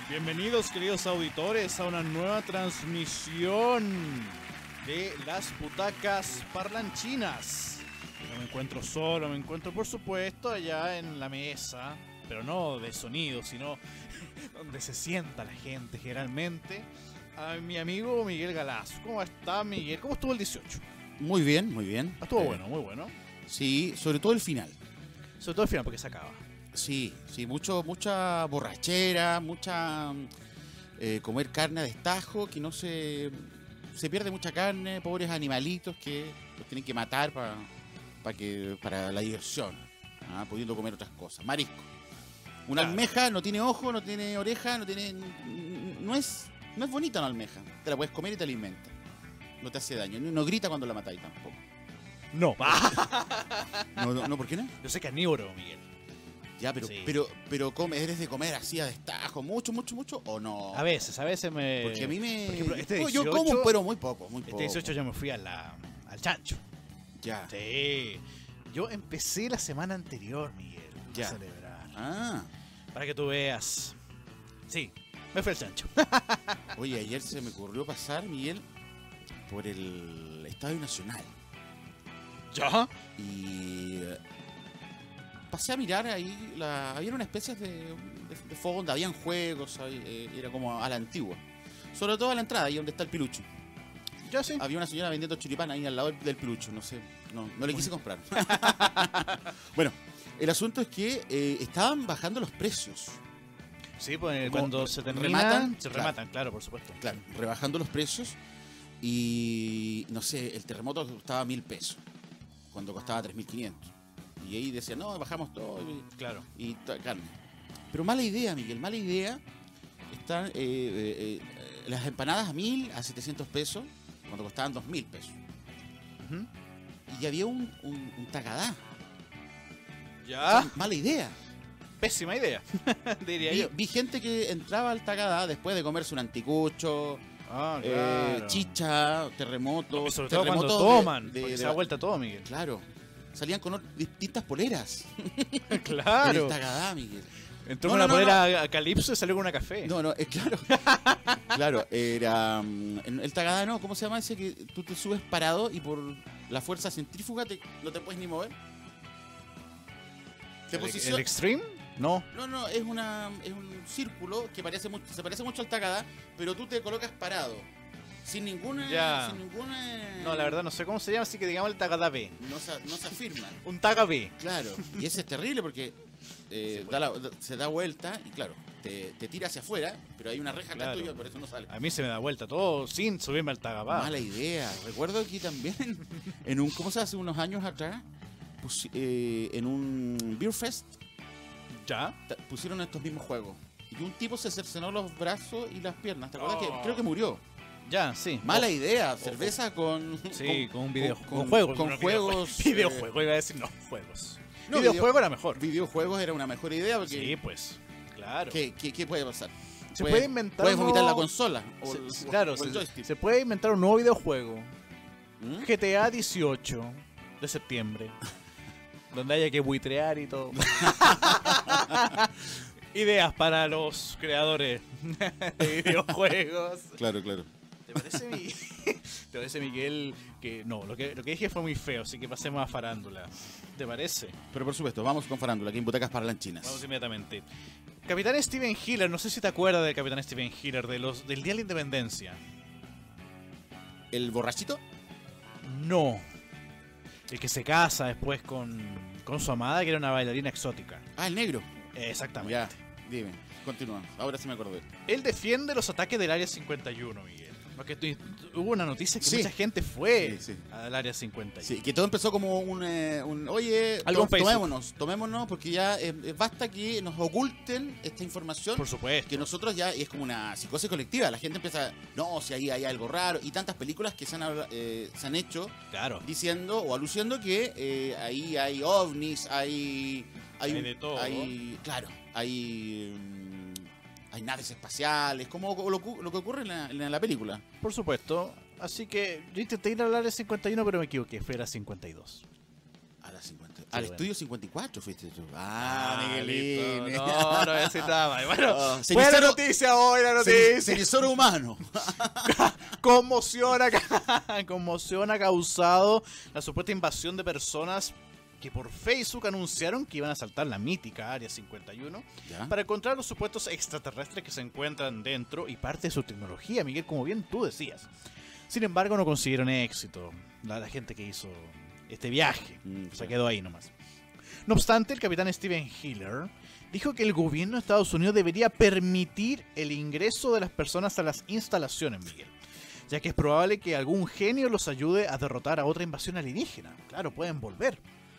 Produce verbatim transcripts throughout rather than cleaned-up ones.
Bienvenidos, queridos auditores, a una nueva transmisión de las butacas parlanchinas. No me encuentro solo, me encuentro por supuesto allá en la mesa, pero no de sonido, sino donde se sienta la gente generalmente. A mi amigo Miguel Galazo. ¿Cómo está, Miguel? ¿Cómo estuvo el dieciocho? Muy bien, muy bien. Estuvo Eh, bueno, muy bueno. Sí, sobre todo el final. Sobre todo al final porque se acaba. Sí, sí, mucho, mucha borrachera, mucha eh, comer carne a destajo, que no se se pierde mucha carne, pobres animalitos que los tienen que matar para para que para la diversión, ¿ah? Pudiendo comer otras cosas, marisco. Una Claro. almeja no tiene ojo, no tiene oreja, no tiene no es no es bonita una almeja. Te la puedes comer y te alimenta. No te hace daño, no, no grita cuando la matáis tampoco. No. No, no, no, ¿por qué no? Yo sé carnívoro, Miguel. Ya, pero, Sí. pero, pero come, ¿eres de comer así a destajo mucho, mucho, mucho o no? A veces, a veces me... Porque a mí me... Por ejemplo, este yo- yo dieciocho, como, pero muy poco, muy poco. Este dieciocho yo me fui a la, al chancho. Ya. Sí. Yo empecé la semana anterior, Miguel. Ya. A celebrar. Ah. Para que tú veas. Sí, me fui al chancho. Oye, ayer se me ocurrió pasar, Miguel, por el Estadio Nacional. ¿Ya? Y eh, pasé a mirar ahí, la, había una especie de, de, de fuego donde habían juegos, ahí, eh, era como a la antigua. Sobre todo a la entrada, ahí donde está el pilucho. Yo sí. Había una señora vendiendo choripán ahí al lado del, del pilucho, no sé, no, no le quise comprar. Bueno, el asunto es que eh, estaban bajando los precios. Sí, pues Como cuando se termina, rematan, se claro. rematan, claro, por supuesto. Claro, rebajando los precios y no sé, el terremoto costaba mil pesos cuando costaba tres mil quinientos. Y ahí decían, no, bajamos todo y, Claro. y ta- carne. Pero mala idea, Miguel, mala idea. Están eh, eh, eh, las empanadas a mil, a setecientos pesos, cuando costaban dos mil pesos. Ujú. Y había un, un, un tagadá. ¿Ya? Mala idea. Pésima idea, diría Vi, yo. vi gente que entraba al tagadá después de comerse un anticucho, Ah, eh, claro. chicha, terremoto. Y sobre todo cuando terremoto de- toman, de- porque de se la- da vuelta todo, Miguel. Claro. Salían con or- distintas poleras. En Claro. el tagadá, Miguel. Entró No, con no, una no, polera a Calypso y salió con una café. No, no, es claro. Claro, era. mm, en el tagadá, ¿no? ¿Cómo se llama ese que tú te subes parado y por la fuerza centrífuga te- no te puedes ni mover? Te ¿El, posiciona- el Extreme? No. No, no, es una es un círculo que parece mucho, se parece mucho al tagadá, pero tú te colocas parado. Sin ninguna. Ya. Sin ninguna. No, la verdad no sé cómo se llama, así que digamos el Tagada B. No se, no se afirma. Un Taga B. Claro. Y ese es terrible porque eh, Sí, da la- da- se da vuelta y claro, te, te tira hacia afuera, pero hay una reja acá Claro. tuya, por eso no sale. A mí se me da vuelta todo sin subirme al Tagabá. Mala idea. Recuerdo aquí también, en un, ¿cómo se hace? Unos años atrás, pusi- eh, en un Beer Fest, ¿Ya? ta- pusieron estos mismos juegos. Y un tipo se cercenó los brazos y las piernas. ¿Te acuerdas? Oh. Que creo que murió. Ya, sí. Mala Oh, idea. Cerveza con. Sí, con un video, con, con, juegos. Con no, juegos. videojue- Videojuego, iba a decir no, juegos. No, Videojuego video- era mejor. eh, videojuegos era una mejor idea porque. Sí, pues. Claro. ¿qué, qué, qué puede pasar? Se Puedes- puede inventar Puedes un vomitar la nuevo- consola. O, Se- el- se- o- claro, o el se, joystick. se puede inventar un nuevo videojuego. ¿Mm? G T A dieciocho de septiembre. Donde haya que buitrear y todo. Ideas para los creadores de videojuegos. Claro, claro. ¿Te parece, Miguel? ¿Te parece, Miguel? Que no, lo que, lo que dije fue muy feo, así que pasemos a farándula. ¿Te parece? Pero por supuesto, vamos con farándula, aquí en Butacas Parlanchinas. Vamos inmediatamente. Capitán Steven Hiller, no sé si te acuerdas del Capitán Steven Hiller, de los, del Día de la Independencia. ¿El borrachito? No. El que se casa después con, con su amada, que era una bailarina exótica. Ah, el negro. Eh, Exactamente. Ya, dime. Continúa. Ahora sí me acordé. Él defiende los ataques del Área cincuenta y uno, Miguel. Porque tu- hubo una noticia que Sí. mucha gente fue Sí, sí. al Área cincuenta y uno. Sí, que todo empezó como un, eh, un oye, Algo en to- Facebook. tomémonos, tomémonos, porque ya eh, eh, basta que nos oculten esta información, Por supuesto. que nosotros ya, y es como una psicosis colectiva, la gente empieza, no, si ahí hay algo raro, y tantas películas que se han, habla- eh, se han hecho Claro. diciendo o aluciendo que eh, ahí hay ovnis, hay... Hay un- de todo. hay- claro, hay... mm, hay naves espaciales, como lo, lo- lo que ocurre en la, en la película. Por supuesto. Así que yo intenté ir al Área cincuenta y uno, pero me equivoqué. Fue la cincuenta y dos. A las cincuenta. Al bueno. estudio cincuenta y cuatro fuiste tú. Ah, Ah, Miguelín. listo. No, no necesitaba. Bueno, Oh, buena cenicero- noticia hoy, la Ceni- noticia. Cenicero humano. Conmoción ha, ca- conmoción ha causado la supuesta invasión de personas que por Facebook anunciaron que iban a asaltar la mítica Área cincuenta y uno ¿Ya? para encontrar los supuestos extraterrestres que se encuentran dentro y parte de su tecnología, Miguel, como bien tú decías. Sin embargo, no consiguieron éxito la, la gente que hizo este viaje. Mm, Se claro. quedó ahí nomás. No obstante, el capitán Steven Hiller dijo que el gobierno de Estados Unidos debería permitir el ingreso de las personas a las instalaciones, Miguel, ya que es probable que algún genio los ayude a derrotar a otra invasión alienígena. Claro, pueden volver.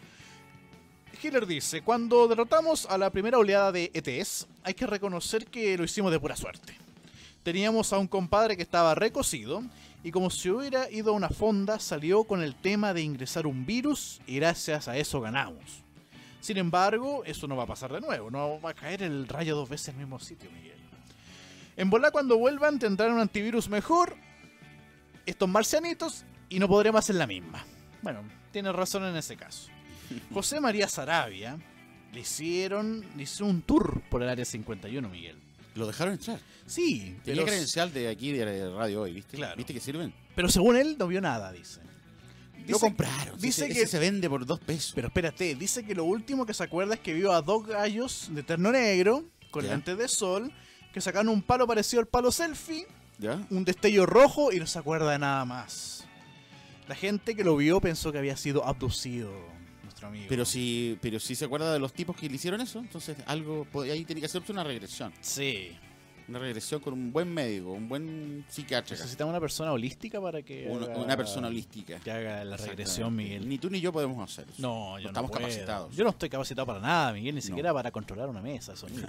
Hiller dice, cuando derrotamos a la primera oleada de E T S, hay que reconocer que lo hicimos de pura suerte. Teníamos a un compadre que estaba recocido y como si hubiera ido a una fonda salió con el tema de ingresar un virus y gracias a eso ganamos. Sin embargo, eso no va a pasar de nuevo, no va a caer el rayo dos veces en el mismo sitio, Miguel. En volá cuando vuelvan tendrán un antivirus mejor, estos marcianitos, y no podremos hacer la misma. Bueno, tiene razón en ese caso. José María Sarabia le hicieron, le hicieron un tour por el área cincuenta y uno, Miguel. Lo dejaron entrar. Sí, Tenía pero, credencial de aquí de Radio Hoy, ¿viste? Claro. ¿Viste que sirven? pero según él no vio nada, dice. Lo Dice- compraron. dice Dice que- que se vende por dos pesos. Pero espérate, dice que lo último que se acuerda es que vio a dos gallos de terno negro con Ya. lentes de sol que sacaron un palo parecido al palo selfie, ¿Ya? un destello rojo y no se acuerda de nada más. La gente que lo vio pensó que había sido abducido, nuestro amigo. Pero si, pero si se acuerda de los tipos que le hicieron eso, entonces algo pod- ahí tiene que hacerse una regresión. Sí. Una regresión con un buen médico, un buen psiquiatra. Necesitamos una persona holística para que Una, haga- una persona holística. que haga la regresión, Exactamente. Miguel. Ni tú ni yo podemos hacer eso. No, yo no estamos puedo. capacitados. Yo no estoy capacitado para nada, Miguel, ni No. siquiera para controlar una mesa de sonido.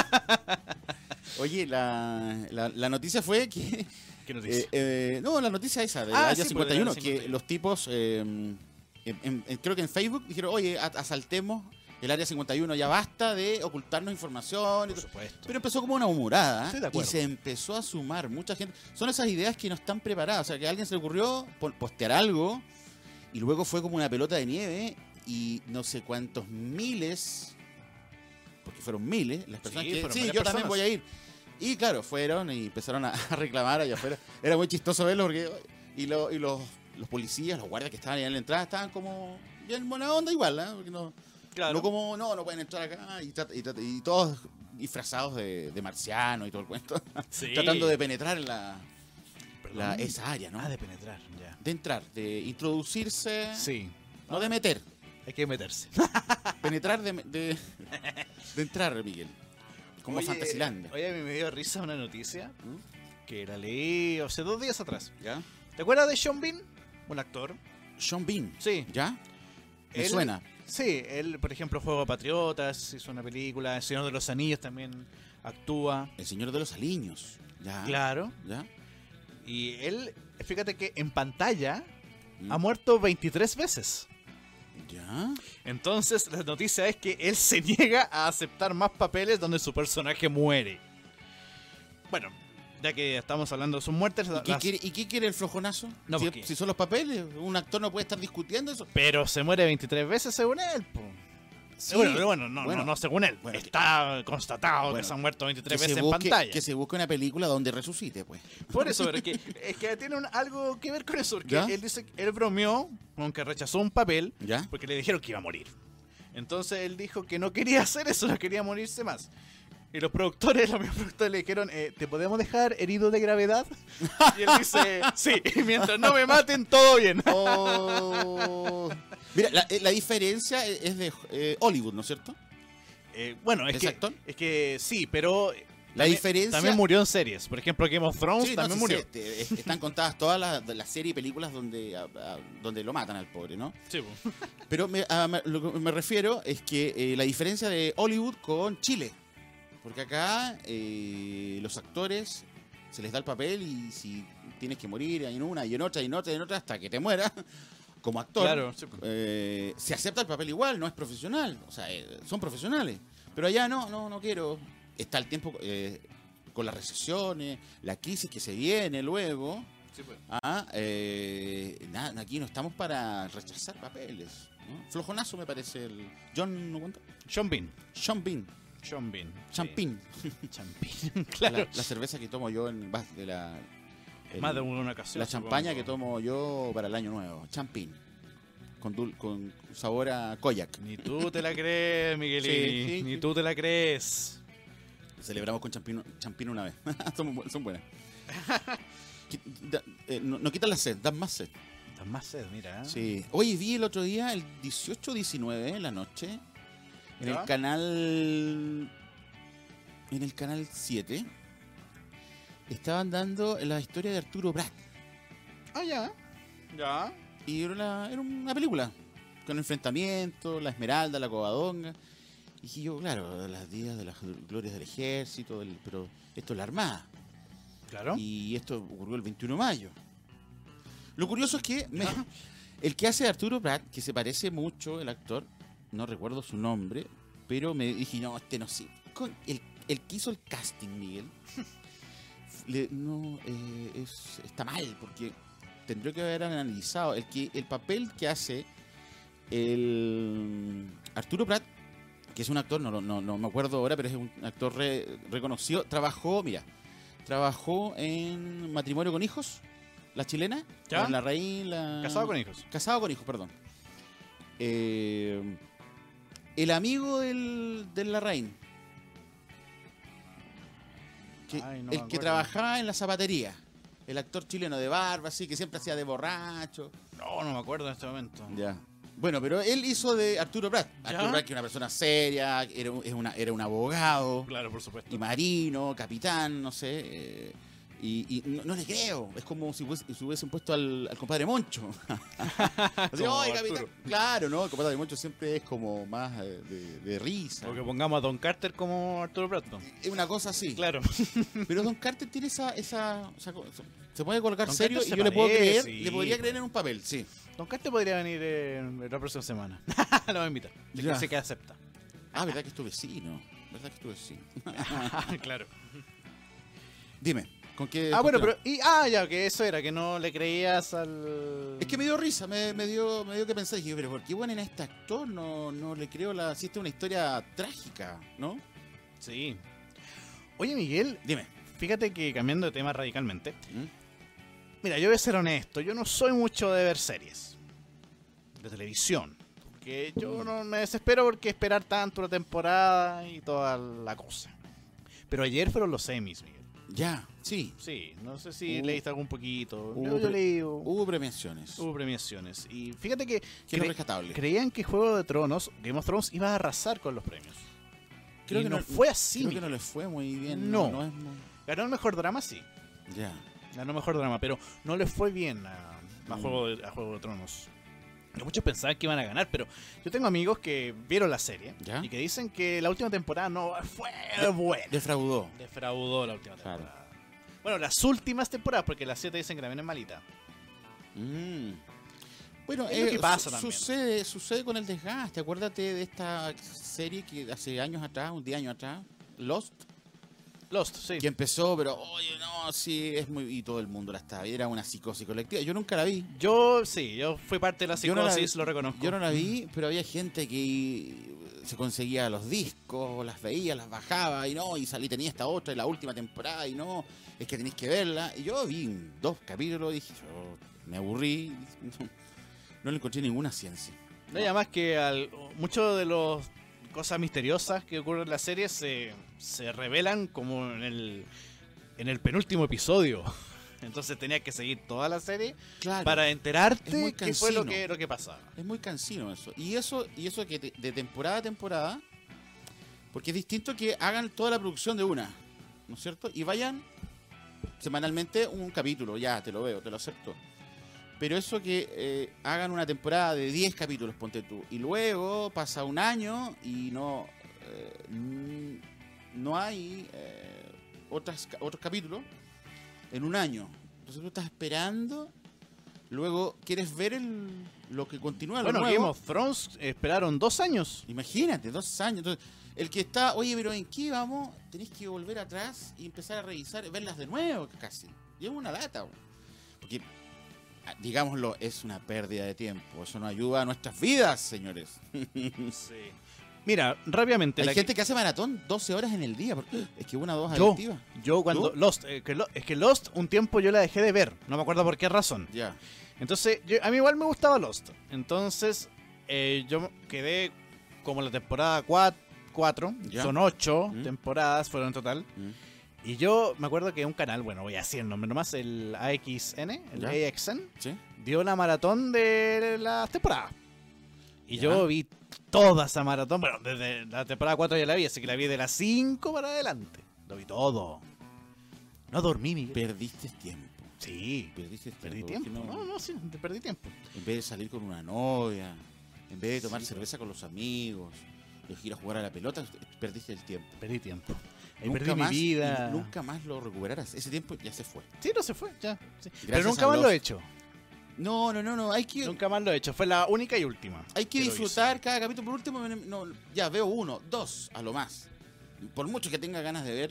Oye, la, la, la noticia fue que... ¿Qué noticia? eh, eh, no, la noticia esa de Ah, la sí, Área pues, cincuenta y de la uno, Área que cincuenta y uno. los tipos, eh, en- en- en- creo que en Facebook dijeron, oye, a- asaltemos el Área cincuenta y uno, ya basta de ocultarnos información. y Por todo. supuesto. Pero empezó como una humorada Estoy de y acuerdo. se empezó a sumar mucha gente. Son esas ideas que no están preparadas. O sea, que a alguien se le ocurrió po- postear algo y luego fue como una pelota de nieve y no sé cuántos miles, porque fueron miles, las personas Sí, que fueron sí, varias yo también personas. voy a ir. Y claro, fueron y empezaron a, a reclamar allá afuera. Era muy chistoso verlo porque y, lo- y los, los policías, los guardias que estaban ahí en la entrada estaban como bien buena onda igual, ¿eh? Porque no, Claro. no como, no, no pueden entrar acá y, trata- y, trata- y todos disfrazados de, de marciano y todo el cuento. Sí. Tratando de penetrar en la, Perdón. la- esa área, ¿no? Ah, de penetrar, ya. De entrar, de introducirse, Sí. no de meter, Hay que meterse. penetrar de, de, de entrar, Miguel. Como Oye, Fantasyland. Oye, a mí me dio risa una noticia que la leí hace dos días atrás. ¿Ya? ¿Te acuerdas de Sean Bean? Un actor. Sean Bean. Sí. ¿Ya? Me Él- suena. Sí, él, por ejemplo, Juego de Patriotas, hizo una película, El Señor de los Anillos también actúa. El Señor de los Aliños. ¿Ya? Claro. ¿Ya? Y él, fíjate que en pantalla Mm. ha muerto veintitrés veces. ¿Ya? Entonces, la noticia es que él se niega a aceptar más papeles donde su personaje muere. Bueno, ya que estamos hablando de sus muertes, ¿Y qué, las- quiere, ¿Y qué quiere el flojonazo? No, si, ¿por qué? si son los papeles, un actor no puede estar discutiendo eso. pero se muere veintitrés veces según él. Po. Sí. Bueno, bueno, no, Bueno, no, no según él. bueno, Está constatado bueno, que se han muerto veintitrés que se veces busque, en pantalla. Que se busque una película donde resucite, pues. Por eso, pero es que, es que tiene un- algo que ver con eso. Porque ¿Ya? él dice que él bromeó con que rechazó un papel ¿Ya? porque le dijeron que iba a morir. Entonces él dijo que no quería hacer eso, no quería morirse más. Y los productores, los mismos productores le dijeron, eh, ¿te podemos dejar herido de gravedad? Y él dice, sí, mientras no me maten, todo bien. Oh. Mira, la, eh, la diferencia es es de eh, Hollywood, ¿no es cierto? Eh, bueno, es ¿Es que, actor? es que sí, pero... La también- diferencia- También murió en series. Por ejemplo, Game of Thrones Sí, no, también sí murió. sé, te- es- están contadas todas las, las series y películas donde, a- a- donde lo matan al pobre, ¿no? Sí, po. Pero me, a- me- lo que me refiero es que eh, la diferencia de Hollywood con Chile. Porque acá eh, los actores se les da el papel y si tienes que morir en una y en otra y en otra y en otra hasta que te mueras como actor, Claro, sí, po. eh, se acepta el papel igual, no es profesional. O sea, eh, son profesionales. Pero allá no, no, no quiero. Está el tiempo eh, con las recesiones, la crisis que se viene luego. Sí, po. Ah, eh, nada, aquí no estamos para rechazar papeles. ¿no? Flojonazo me parece el... John, ¿no cuenta? Sean Bean. Sean Bean. Sean Bean. Champín. Sí. Champín, claro. La, la cerveza que tomo yo en... De la, el- Más de una ocasión. la champaña que supongo. tomo yo para el año nuevo. Champín. Con, dul- con sabor a koyak. Ni tú te la crees, Miguelini. Sí, sí, Ni sí. tú te la crees. Celebramos con champín, champín una vez. son, bu- son buenas. Qui- da- eh, no, no quitan la sed, dan más sed. Das más sed, mira. ¿eh? Sí. Oye, vi el otro día, el dieciocho diecinueve en la noche, en ¿Ya? el canal... En el canal siete, estaban dando la historia de Arturo Prat. Ah, ya. Ya. Y era una, era una película, con enfrentamiento, la Esmeralda, la Covadonga. Y dije yo, claro, las días de las glorias del ejército, del- pero esto es la Armada. Claro. Y esto ocurrió el veintiuno de mayo. Lo curioso es que me- el que hace de Arturo Prat, que se parece mucho, el actor, no recuerdo su nombre, pero me dije, no, este no sí. Con el, el que hizo el casting, Miguel, le- no, eh, es- está mal, porque tendría que haber analizado. El, que, el papel que hace el Arturo Prat, que es un actor, no, no, no me acuerdo ahora, pero es un actor re- reconocido, trabajó, mira, trabajó en Matrimonio con Hijos, la chilena, ¿Ya? con la raíz, la... Casado con hijos. Casado con Hijos, perdón. Eh, el amigo del, del Larraín, que, Ay, no me el que acuerdo. trabajaba en la zapatería, el actor chileno de barba, así, que siempre hacía de borracho. No, no me acuerdo en este momento. Ya. Bueno, pero él hizo de Arturo Prat. ¿Ya? Arturo Prat, que es una persona seria, era un, es una, era un abogado, Claro, por supuesto. y marino, capitán, no sé. eh, y y no, no le creo. Es como si, hubiese- si hubiesen puesto al, al compadre Moncho. Así, Como "Oye, Arturo". capitán". Claro, ¿no? El compadre Moncho siempre es como más eh, de, de risa. O que pongamos a Don Carter como Arturo Prat. ¿no? Es una cosa así. Claro. Pero Don Carter tiene esa... esa, esa co- se puede colocar Don serio Carter y se yo le puedo parece, creer, sí, le podría pues. creer en un papel, sí. Don Carter podría venir eh, la próxima semana. Lo voy a invitar. Ya. Dice que acepta. Ah, verdad que es tu vecino. Verdad que es tu vecino. Claro. Dime, ¿con qué? Ah, bueno, postula- pero. Y, ah, ya, que eso era, que no le creías al. Es que me dio risa, me, me dio me dio que pensar. Dije, pero ¿por qué bueno en este actor no, no le creo la... Si esta es una historia trágica, ¿no? Sí. Oye, Miguel, Dime. fíjate que cambiando de tema radicalmente. ¿Mm? Mira, yo voy a ser honesto, yo no soy mucho de ver series de televisión. Porque yo no me desespero porque esperar tanto una temporada y toda la cosa. Pero ayer fueron los semis, Miguel. Ya, sí. Sí, no sé si Hubo- leíste algún poquito. hubo Yo, yo pre- leí, hubo, Hubo premiaciones. hubo premiaciones. Y fíjate que Que es lo cre- rescatable. creían que Juego de Tronos, Game of Thrones, iba a arrasar con los premios. Creo y que no, no- fue así. Creo que Miguel. no le fue muy bien. No. No, es muy... Ganó el mejor drama, sí. Ya. Ganó mejor drama, pero no le fue bien a, a Mm. Juego, de, a Juego de Tronos. Y muchos pensaban que iban a ganar, pero yo tengo amigos que vieron la serie ¿Ya? y que dicen que la última temporada no fue buena. Defraudó. Defraudó la última Claro. temporada. Bueno, las últimas temporadas, porque las siete dicen que también es malita. Mm. Bueno, Es lo eh, que pasa su- también. sucede, sucede con el desgaste. Acuérdate de esta serie que hace años atrás, un día años atrás, Lost, Lost, sí. que empezó, pero oye, no, sí, es muy... Y todo el mundo la estaba, era una psicosis colectiva. Yo nunca la vi. Yo, sí, yo fui parte de la Yo no la psicosis, vi- lo reconozco. Yo no la vi, pero había gente que se conseguía los discos, las veía, las bajaba, y no, y salí, tenía esta otra, y la última temporada, y no, es que tenéis que verla. Y yo vi dos capítulos, y dije, yo me aburrí, no, no le encontré ninguna ciencia. No, y además que al, mucho de las cosas misteriosas que ocurren en la serie se, se revelan como en el, en el penúltimo episodio. Entonces tenías que seguir toda la serie Claro, para es enterarte muy qué fue lo cansino. que, lo que pasaba. es muy cansino eso. Y eso, y eso que te- de temporada a temporada, porque es distinto que hagan toda la producción de una, ¿no es cierto? Y vayan semanalmente un capítulo, ya, te lo veo, te lo acepto. Pero eso que eh, hagan una temporada de diez capítulos, ponte tú, y luego pasa un año y no, eh, n- no hay eh, otras, ca- otros capítulos en un año. Entonces tú estás esperando, luego quieres ver el, lo que continúa, lo Bueno, nuevo. Game of Thrones esperaron dos años. Imagínate, dos años. Entonces, el que está, oye, pero ¿en qué vamos? Tenés que volver atrás y empezar a revisar, verlas de nuevo casi. Y es una lata, güey. Porque digámoslo, es una pérdida de tiempo. Eso no ayuda a nuestras vidas, señores. Sí. Mira, rápidamente. Hay la gente que, que hace maratón doce horas en el día. Porque es que una o dos Yo. adictivas. yo cuando Lost, eh, que Lo- es que Lost un tiempo yo la dejé de ver, no me acuerdo por qué razón. Ya. Entonces, yo- a mí igual me gustaba Lost. Entonces, eh, yo quedé como la temporada cuatro, Ya. son ocho Mm. temporadas fueron en total. Mm. Y yo me acuerdo que un canal, bueno, voy a decir el nombre nomás, el A X N, el Ya. A X N, ¿Sí? dio la maratón de las temporadas. Y Ya. yo vi toda esa maratón, bueno, desde la temporada cuatro ya la vi, así que la vi de las cinco para adelante. Lo vi todo. No dormí, Miguel. Perdiste tiempo. Sí, Perdiste tiempo. perdí ¿por tiempo. qué No, no, sí, te perdí tiempo. En vez de salir con una novia, en vez de tomar Sí. cerveza con los amigos, de ir a jugar a la pelota, perdiste el tiempo. Perdí tiempo. Ahí Nunca perdí más, mi vida. y nunca más lo recuperarás. Ese tiempo ya se fue. Sí, no se fue, ya. sí. Pero Gracias nunca a más lo Lost. he hecho. No, no, no, no. Hay que, Nunca más lo he hecho. Fue la única y última. hay que lo disfrutar hice. cada capítulo. Por último, no, ya veo uno, dos, a lo más. Por mucho que tenga ganas de ver,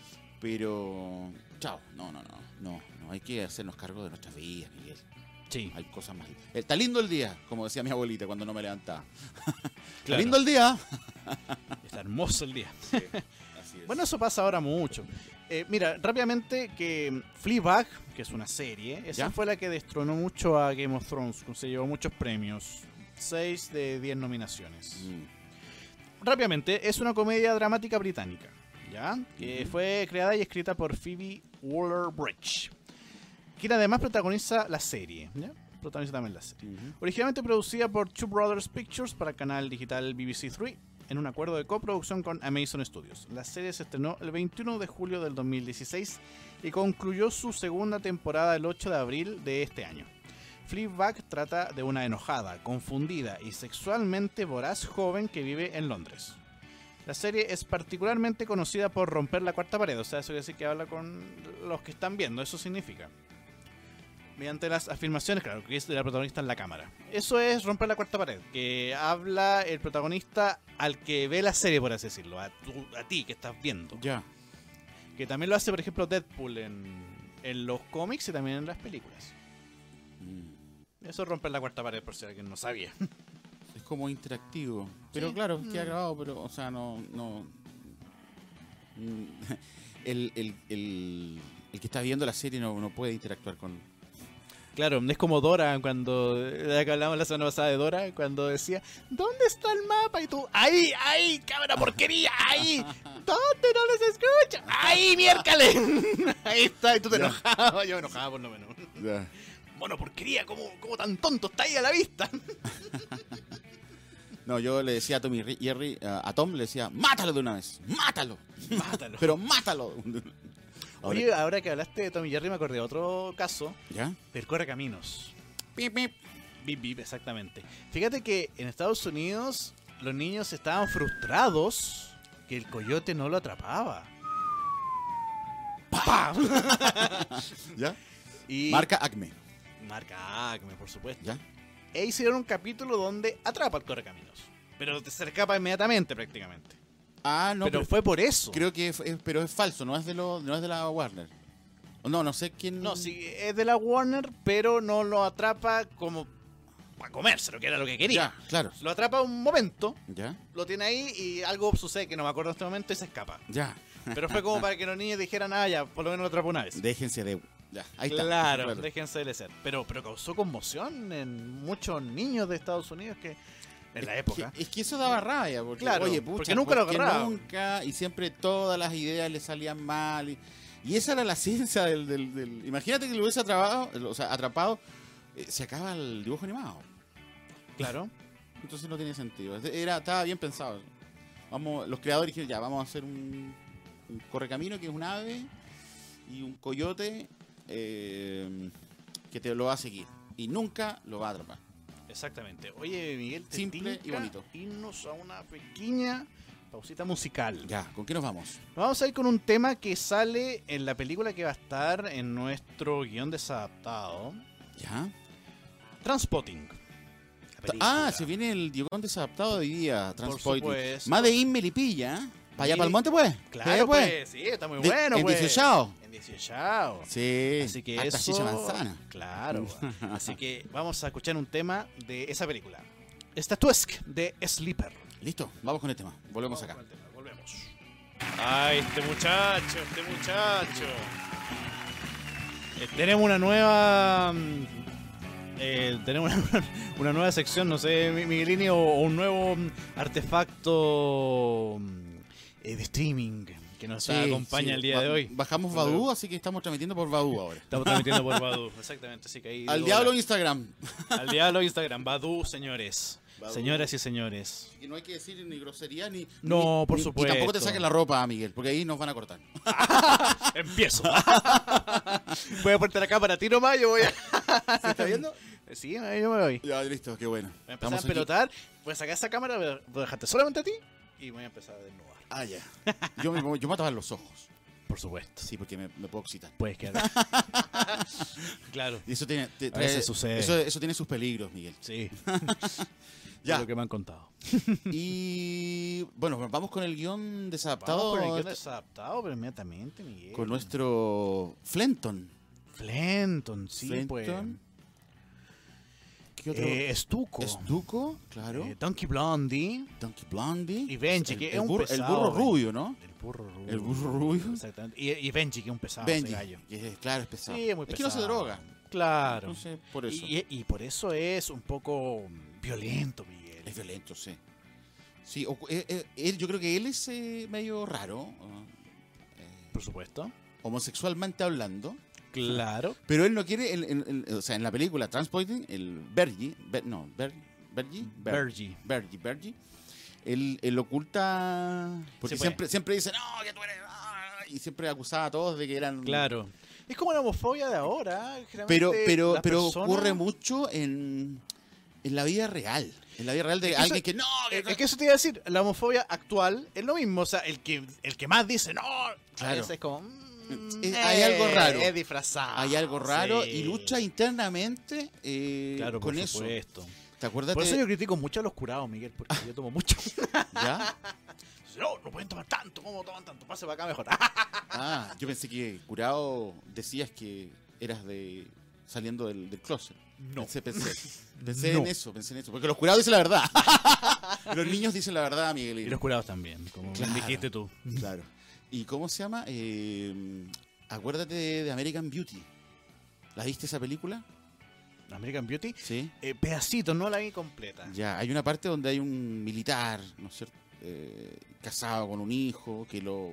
pero chao. No, no, no, no, no. Hay que hacernos cargo de nuestras vidas, Miguel. Sí, Hay cosas más. Está lindo el día, como decía mi abuelita cuando no me levantaba. Está claro. lindo el día. Está hermoso el día. Así es. Bueno, eso pasa ahora mucho. Eh, mira, rápidamente que Fleabag, que es una serie, esa ¿Ya? fue la que destronó mucho a Game of Thrones, se llevó muchos premios, seis de diez nominaciones. Mm. Rápidamente, es una comedia dramática británica, ¿ya? Que Ujú. fue creada y escrita por Phoebe Waller-Bridge, quien además protagoniza la serie, ¿ya? Protagoniza también la serie. Ujú. Originalmente producida por Two Brothers Pictures para el canal digital B B C tres, en un acuerdo de coproducción con Amazon Studios. La serie se estrenó el veintiuno de julio del dos mil dieciséis y concluyó su segunda temporada el ocho de abril de este año. Fleabag trata de una enojada, confundida y sexualmente voraz joven que vive en Londres. La serie es particularmente conocida por romper la cuarta pared, o sea, eso quiere decir que habla con los que están viendo, eso significa. Mediante las afirmaciones, claro, que es de la protagonista en la cámara. Eso es romper la cuarta pared, que habla el protagonista al que ve la serie, por así decirlo, a, tú- a ti que estás viendo. Ya. Que también lo hace, por ejemplo, Deadpool en, en los cómics y también en las películas. Mm. Eso es romper la cuarta pared, por si alguien no sabía. Es como interactivo. Pero Sí. claro, queda Mm. grabado, pero, o sea, no. no Mm. el, el, el, el que está viendo la serie no, no puede interactuar con. Claro, es como Dora, cuando la que hablamos la semana pasada de Dora, cuando decía, ¿dónde está el mapa? Y tú, ¡ahí, ahí, cámara porquería, ahí! ¿Dónde no les escucha? ¡Ahí, miércale! Ahí está, y tú te Ya. enojabas, yo me enojaba por lo menos. Ya. Mono porquería, ¿cómo, cómo tan tonto está ahí a la vista? No, yo le decía a Tommy Ri- Jerry, a a Tom le decía, ¡mátalo de una vez! ¡Mátalo! Mátalo. Pero mátalo. Ahora- Oye, ahora que hablaste de Tommy Jerry, me acordé de otro caso, ¿Ya? del Correcaminos. Pip, pip. Bip, bip, exactamente. Fíjate que en Estados Unidos los niños estaban frustrados que el coyote no lo atrapaba. ¡Pam! ¿Ya? Y Marca Acme. marca Acme, por supuesto. ¿Ya? E hicieron un capítulo donde atrapa al Correcaminos. Pero se le escapa inmediatamente prácticamente. Ah, no, pero, pero, fue por eso. creo que es, es- pero es falso, no es de lo, no es de la Warner. No, no sé quién. No, sí, es de la Warner, pero no lo atrapa como para comérselo, que era lo que quería. Ya, claro. Lo atrapa un momento, Ya, lo tiene ahí y algo sucede que no me acuerdo en este momento y se escapa. ya. Pero fue como para que los niños dijeran, ah, ya, por lo menos lo atrapó una vez. Déjense de. Ya, ahí está. Claro, déjense de ser. Pero, pero causó conmoción en muchos niños de Estados Unidos que en la época. Que- es que eso daba rabia, porque, Claro, oye, pucha, porque nunca lo ¿por qué agarraba? nunca, y siempre todas las ideas le salían mal. Y, y esa era la ciencia del, del, del- Imagínate que lo hubiese atrapado, o sea, atrapado, eh, se acaba el dibujo animado. Claro. Entonces no tiene sentido. Era, estaba bien pensado. Vamos, los creadores dijeron, ya, vamos a hacer un, un correcamino que es un ave y un coyote eh, que te lo va a seguir. Y nunca lo va a atrapar. Exactamente. Oye, Miguel, te Simple y tinca bonito. irnos a una pequeña pausita musical. Ya, ¿con qué nos vamos? Vamos a ir con un tema que sale en la película que va a estar en nuestro guión desadaptado. Ya. Transpotting. La película. Ah, se viene el Diogón desadaptado de hoy día. Transporting. supuesto. Más de In Melipilla. ¿Para allá, Mire- para el monte, pues? Claro, pues. pues, sí, está muy De- bueno, en pues. dieciocho. En dieciocho. sí, chao. Sí, Así que harta eso... chicha manzana. Claro. Así que vamos a escuchar un tema de esa película. Statuesque de Sleeper. Listo, vamos con el tema. Volvemos Vamos acá. con el tema, volvemos. Ay, este muchacho, este muchacho. Eh, tenemos una nueva... mm, eh, tenemos una, una nueva sección, no sé, Mi- Miguelini, o, o un nuevo mm, artefacto mm, eh, de streaming que nos Sí, acompaña sí. el día Ba- de hoy. Bajamos Badoo, así que estamos transmitiendo por Badoo ahora. Estamos transmitiendo por Badu, exactamente. Así que ahí Al digo, diablo hola. Instagram. Al diablo Instagram, Badu, señores. Badoo. Señoras y señores. Y no hay que decir ni grosería ni. No, ni- por ni- supuesto. Y tampoco te saquen la ropa, Miguel, porque ahí nos van a cortar. Empiezo. Voy a ponerte la cámara a ti nomás, yo voy a... ¿Se está viendo? Sí, yo me voy. Ya, listo, qué bueno. Voy a empezar Estamos a aquí. pelotar, voy a sacar esa cámara, voy a voy a dejarte solamente a ti y voy a empezar a desnudar. Ah, ya. Yo me, yo me voy a tapar los ojos. Por supuesto. Sí, porque me, me puedo excitar. Puedes quedar. Claro. Y eso tiene, te- A veces trae- sucede. Eso, eso tiene sus peligros, Miguel. Sí. Ya. Es lo que me han contado. Y bueno, vamos con el guión desadaptado. Vamos con el guión desadaptado, pero inmediatamente, Miguel. con nuestro Flenton. Flenton, sí, pues. Flenton. ¿Qué otro? Eh, Estuco. Estuco, claro. Eh, Donkey Blondie. Donkey Blondie. Y Benji, El- que el es un burro, pesado, El burro Benji. rubio, ¿no? El burro rubio. El burro rubio. Exactamente. Y, y Benji, que es un pesado Benji, ese gallo. que es, claro, es pesado. Sí, es muy es que no se pesado. droga. Claro. Entonces, por eso. Y, y- y por eso es un poco violento, Miguel. Es violento, sí. Sí, ocu- eh, eh, él- yo creo que él es eh, medio raro, eh, Por supuesto. homosexualmente hablando, Claro. pero él no quiere, el- el- el- o sea, en la película Transporting, el Bergie, Ber- no, Ber- Bergie, Ber- Bergie. Bergie, Bergie, él, él oculta, porque Sí, pues. siempre, siempre dice, no, que tú eres, ah", y siempre acusaba a todos de que eran... Claro. Es como la homofobia de ahora. Generalmente Pero, pero, las pero personas- ocurre mucho en, en la vida real, en la vida real de Es que alguien eso- que no, que Es que eso te iba a decir, la homofobia actual es lo mismo. O sea, el que, el que más dice no, a Claro. veces es como. mm, Eh, hay algo raro. Es disfrazado. hay algo raro sí. y lucha internamente eh, Claro, con por eso. supuesto. ¿Te acuerdas Por eso de- yo critico mucho a los curados, Miguel, porque yo tomo mucho. ¿Ya? No, no pueden tomar tanto. ¿Cómo toman tanto? Pase para acá mejor. Ah, yo pensé que curado decías que eras de saliendo del, del closet. No. Pensé, pensé, pensé No. en eso, pensé en eso. Porque los curados dicen la verdad. Los niños dicen la verdad, Miguel. Y los curados también, como Claro. dijiste tú. Claro. ¿Y cómo se llama? Eh, acuérdate de, de American Beauty. ¿La viste esa película? American Beauty. Sí. Eh, pedacitos, no la vi completa. Ya, hay una parte donde hay un militar, ¿no es cierto? Eh, casado con un hijo que lo,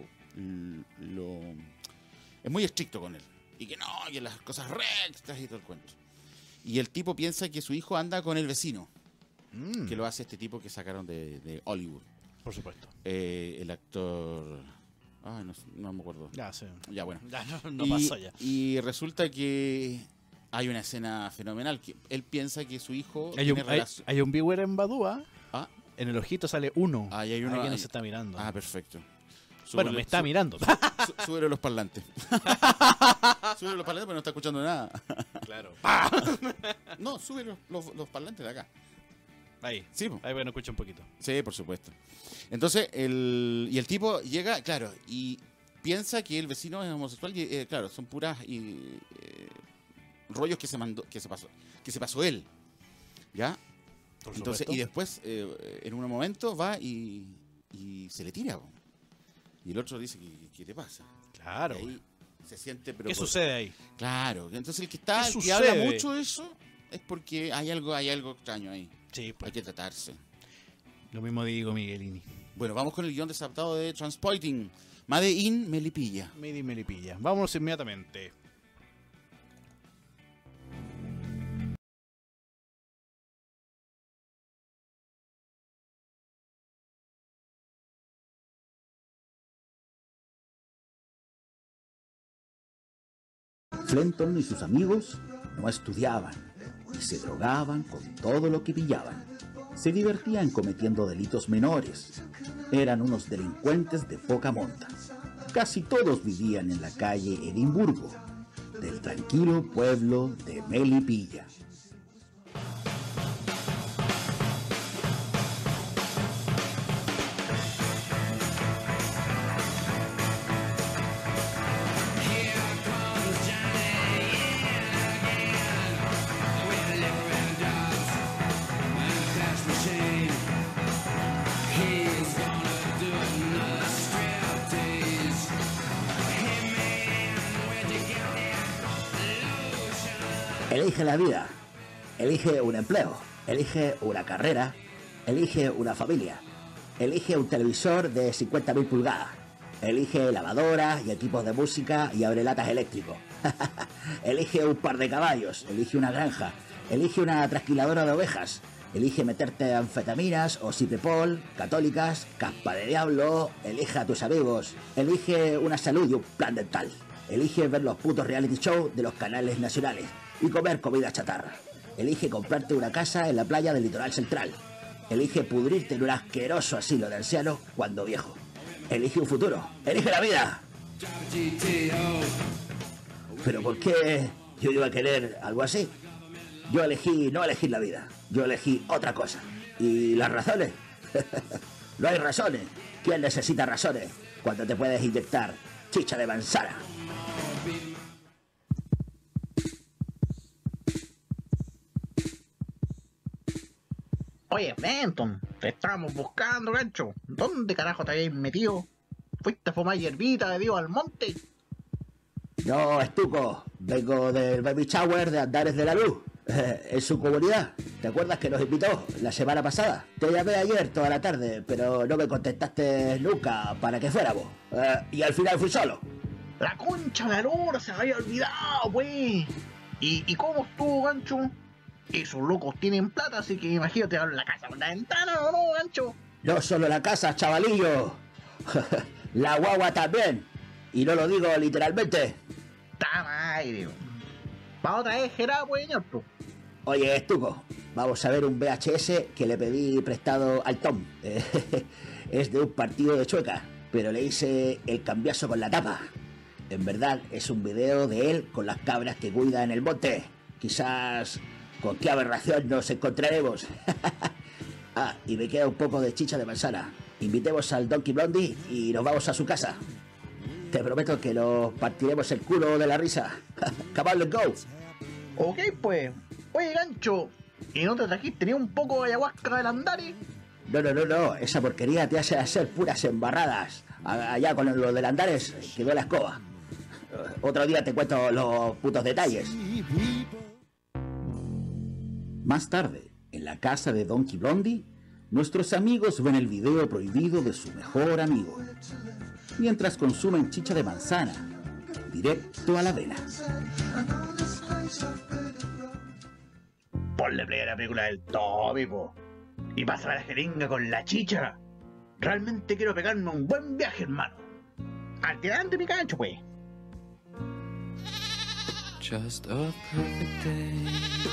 lo es muy estricto con él y que no, que las cosas rectas y todo el cuento. Y el tipo piensa que su hijo anda con el vecino, Mm, que lo hace este tipo que sacaron de, de Hollywood. Por supuesto. Eh, el actor, ay, no, no me acuerdo. Ya, sí. Ya, bueno. Ya, no, no y, pasó ya. y resulta que hay una escena fenomenal que él piensa que su hijo Hay un, tiene hay, relación. hay un viewer en Badúa. Ah, En el ojito sale uno. Ah, y hay uno Alguien ahí. nos está mirando. ah, perfecto. bueno, Súbele- me está sú- mirando. Sú- Súbele los parlantes. Súbele los parlantes, pero no está escuchando nada. Claro. No, sube los, los- los parlantes de acá. Ahí. Sí, po. Ahí bueno, escucha un poquito. Sí, por supuesto. Entonces, el, y el tipo llega, claro, y piensa que el vecino es homosexual. Y, eh, claro, son puras y, eh, rollos que se mandó, que se pasó, que se pasó él. ¿Ya? Por Entonces, supuesto. y después, eh, en un momento, va y, y se le tira. Po. Y el otro dice, ¿qué, qué te pasa? Claro. Y ahí se siente, pero ¿Qué por- sucede ahí? Claro, entonces el que está, ¿Qué el que sucede? habla mucho de eso es porque hay algo, hay algo extraño ahí. Sí, Hay pues, que tratarse. lo mismo digo Miguelini. Bueno, vamos con el guión desadaptado de Transporting. Made in Melipilla. Midi Melipilla. Vámonos inmediatamente. Flenton y sus amigos no estudiaban y se drogaban con todo lo que pillaban. Se divertían cometiendo delitos menores. Eran unos delincuentes de poca monta. Casi todos vivían en la calle Edimburgo, del tranquilo pueblo de Melipilla. Here Elige la vida, elige un empleo, elige una carrera, elige una familia, elige un televisor de cincuenta mil pulgadas, elige lavadoras y equipos de música y abrelatas eléctricos, elige un par de caballos, elige una granja, elige una trasquiladora de ovejas, elige meterte anfetaminas o cipepol, católicas, caspa de diablo, elige a tus amigos, elige una salud y un plan dental, elige ver los putos reality shows de los canales nacionales y comer comida chatarra. Elige comprarte una casa en la playa del litoral central. Elige pudrirte en un asqueroso asilo de ancianos cuando viejo. Elige un futuro. Elige la vida. ¿Pero por qué yo iba a querer algo así? Yo elegí no elegir la vida. Yo elegí otra cosa. ¿Y las razones? No hay razones. ¿Quién necesita razones cuando te puedes inyectar chicha de manzana? Oye, Fenton, te estábamos buscando, gancho. ¿Dónde carajo te habéis metido? ¿Fuiste a fumar hierbita de Dios al monte? No, Estuco. Vengo del baby shower de Andares de la Luz, en su comunidad. ¿Te acuerdas que nos invitó la semana pasada? Te llamé ayer toda la tarde, pero no me contestaste nunca para que fuéramos. Eh, y al final fui solo. La concha de la lora, se me había olvidado, wey. ¿Y, ¿Y cómo estuvo, gancho? Esos locos tienen plata, así que imagínate abrir la casa por la ventana, ¿o no, gancho? No solo la casa, chavalillo. La guagua también. Y no lo digo literalmente. ¡Ta madre! ¿Pa otra vez, Gerard, pues, señor? Oye, Estuco, vamos a ver un V H S que le pedí prestado al Tom. Es de un partido de Chueca, pero le hice el cambiazo con la tapa. En verdad, es un video de él con las cabras que cuida en el monte. Quizás... ¿con qué aberración nos encontraremos? Ah, y me queda un poco de chicha de manzana. Invitemos al Donkey Blondie y nos vamos a su casa. Te prometo que nos partiremos el culo de la risa. Come on, let's go. Ok, pues. Oye, gancho, ¿y no te trajiste ni un poco de ayahuasca del Andares? No, no, no, no. Esa porquería te hace hacer puras embarradas. Allá con lo del Andares quedó la escoba. Otro día te cuento los putos detalles. Más tarde, en la casa de Donkey Blondie, nuestros amigos ven el video prohibido de su mejor amigo, mientras consumen chicha de manzana, directo a la vena. Ponle play a la película del Tommy, po. Y pásame la jeringa con la chicha. Realmente quiero pegarme un buen viaje, hermano. Adelante, mi gancho, pues. Just a perfect day.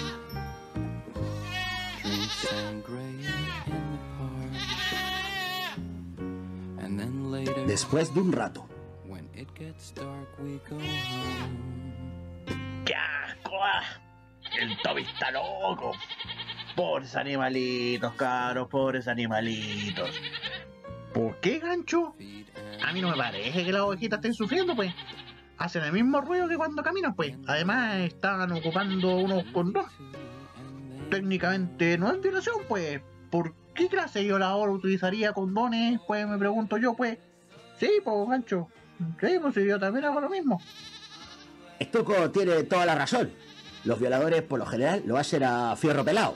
Drink sangria in the park. And then later, Después de un rato, when it gets dark, we go home. ¡Qué asco! ah! El Tommy está loco. Pobres animalitos, cabros, pobres animalitos. ¿Por qué, gancho? A mí no me parece que las ovejitas estén sufriendo, pues. Hacen el mismo ruido que cuando caminan, pues. Además, están ocupando unos condones. Técnicamente no es violación, pues. ¿Por qué clase de violador utilizaría condones? Pues me pregunto yo, pues. Sí, pues, gancho. Sí, pues yo también hago lo mismo. Estuco tiene toda la razón. Los violadores, por lo general, lo hacen a fierro pelado.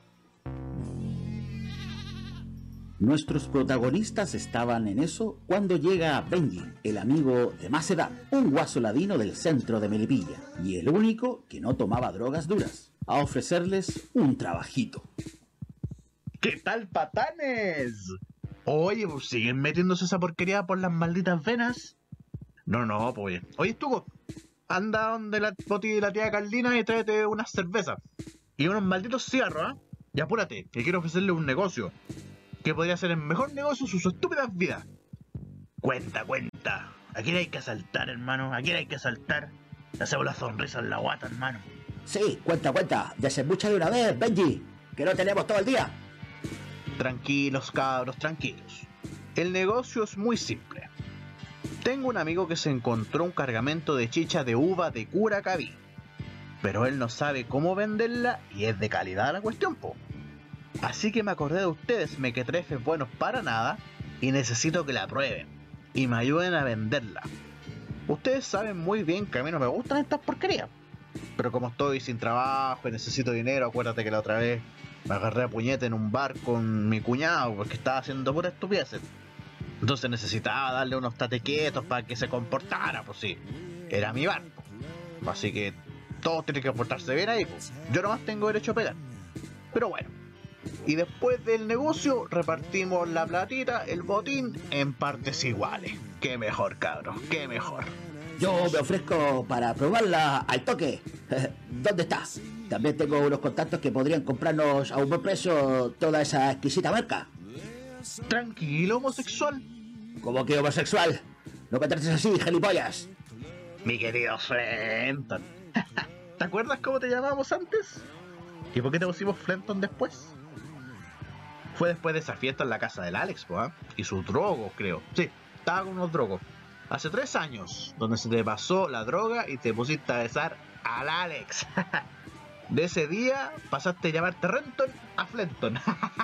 Nuestros protagonistas estaban en eso cuando llega Benji, el amigo de más edad, un guaso ladino del centro de Melipilla, y el único que no tomaba drogas duras, a ofrecerles un trabajito. ¿Qué tal, patanes? Oye, pues siguen metiéndose esa porquería por las malditas venas. No, no, pues. Oye, Estuco, anda donde la Poti y la tía Carlina y tráete unas cervezas. Y unos malditos cigarros, ¿ah? ¿eh? Y apúrate, que quiero ofrecerle un negocio. Que podría ser el mejor negocio de sus estúpidas vidas. Cuenta, cuenta. ¿A quién hay que asaltar, hermano? ¿A quién hay que asaltar? Le hacemos la sonrisa en la guata, hermano. Sí, cuenta, cuenta. Desembucha de una vez, Benji, que no tenemos todo el día. Tranquilos, cabros, tranquilos. El negocio es muy simple. Tengo un amigo que se encontró un cargamento de chicha de uva de Curacaví. Pero él no sabe cómo venderla y es de calidad la cuestión, po. Así que me acordé de ustedes, mequetrefes buenos para nada, y necesito que la prueben y me ayuden a venderla. Ustedes saben muy bien que a mí no me gustan estas porquerías, Pero como estoy sin trabajo y necesito dinero, acuérdate que la otra vez me agarré a puñete en un bar con mi cuñado porque estaba haciendo pura estupideces. Entonces necesitaba darle unos tatequietos para que se comportara, pues sí. Era mi bar. Así que todos tienen que portarse bien ahí, pues. Yo nomás tengo derecho a pegar. Pero bueno. Y después del negocio repartimos la platita, el botín, en partes iguales. Qué mejor, cabros, qué mejor. Yo me ofrezco para probarla al toque. ¿Dónde está? También tengo unos contactos que podrían comprarnos a un buen precio toda esa exquisita marca. Tranquilo, homosexual. ¿Cómo que homosexual? No me trates así, gilipollas. Mi querido Flenton. ¿Te acuerdas cómo te llamábamos antes? ¿Y por qué te pusimos Flenton después? Fue después de esa fiesta en la casa del Alex, ¿eh? Y sus drogos, creo. Sí, estaba con unos drogos. Hace tres años, donde se te pasó la droga y te pusiste a besar al Alex. De ese día pasaste a llamarte Renton a Flenton.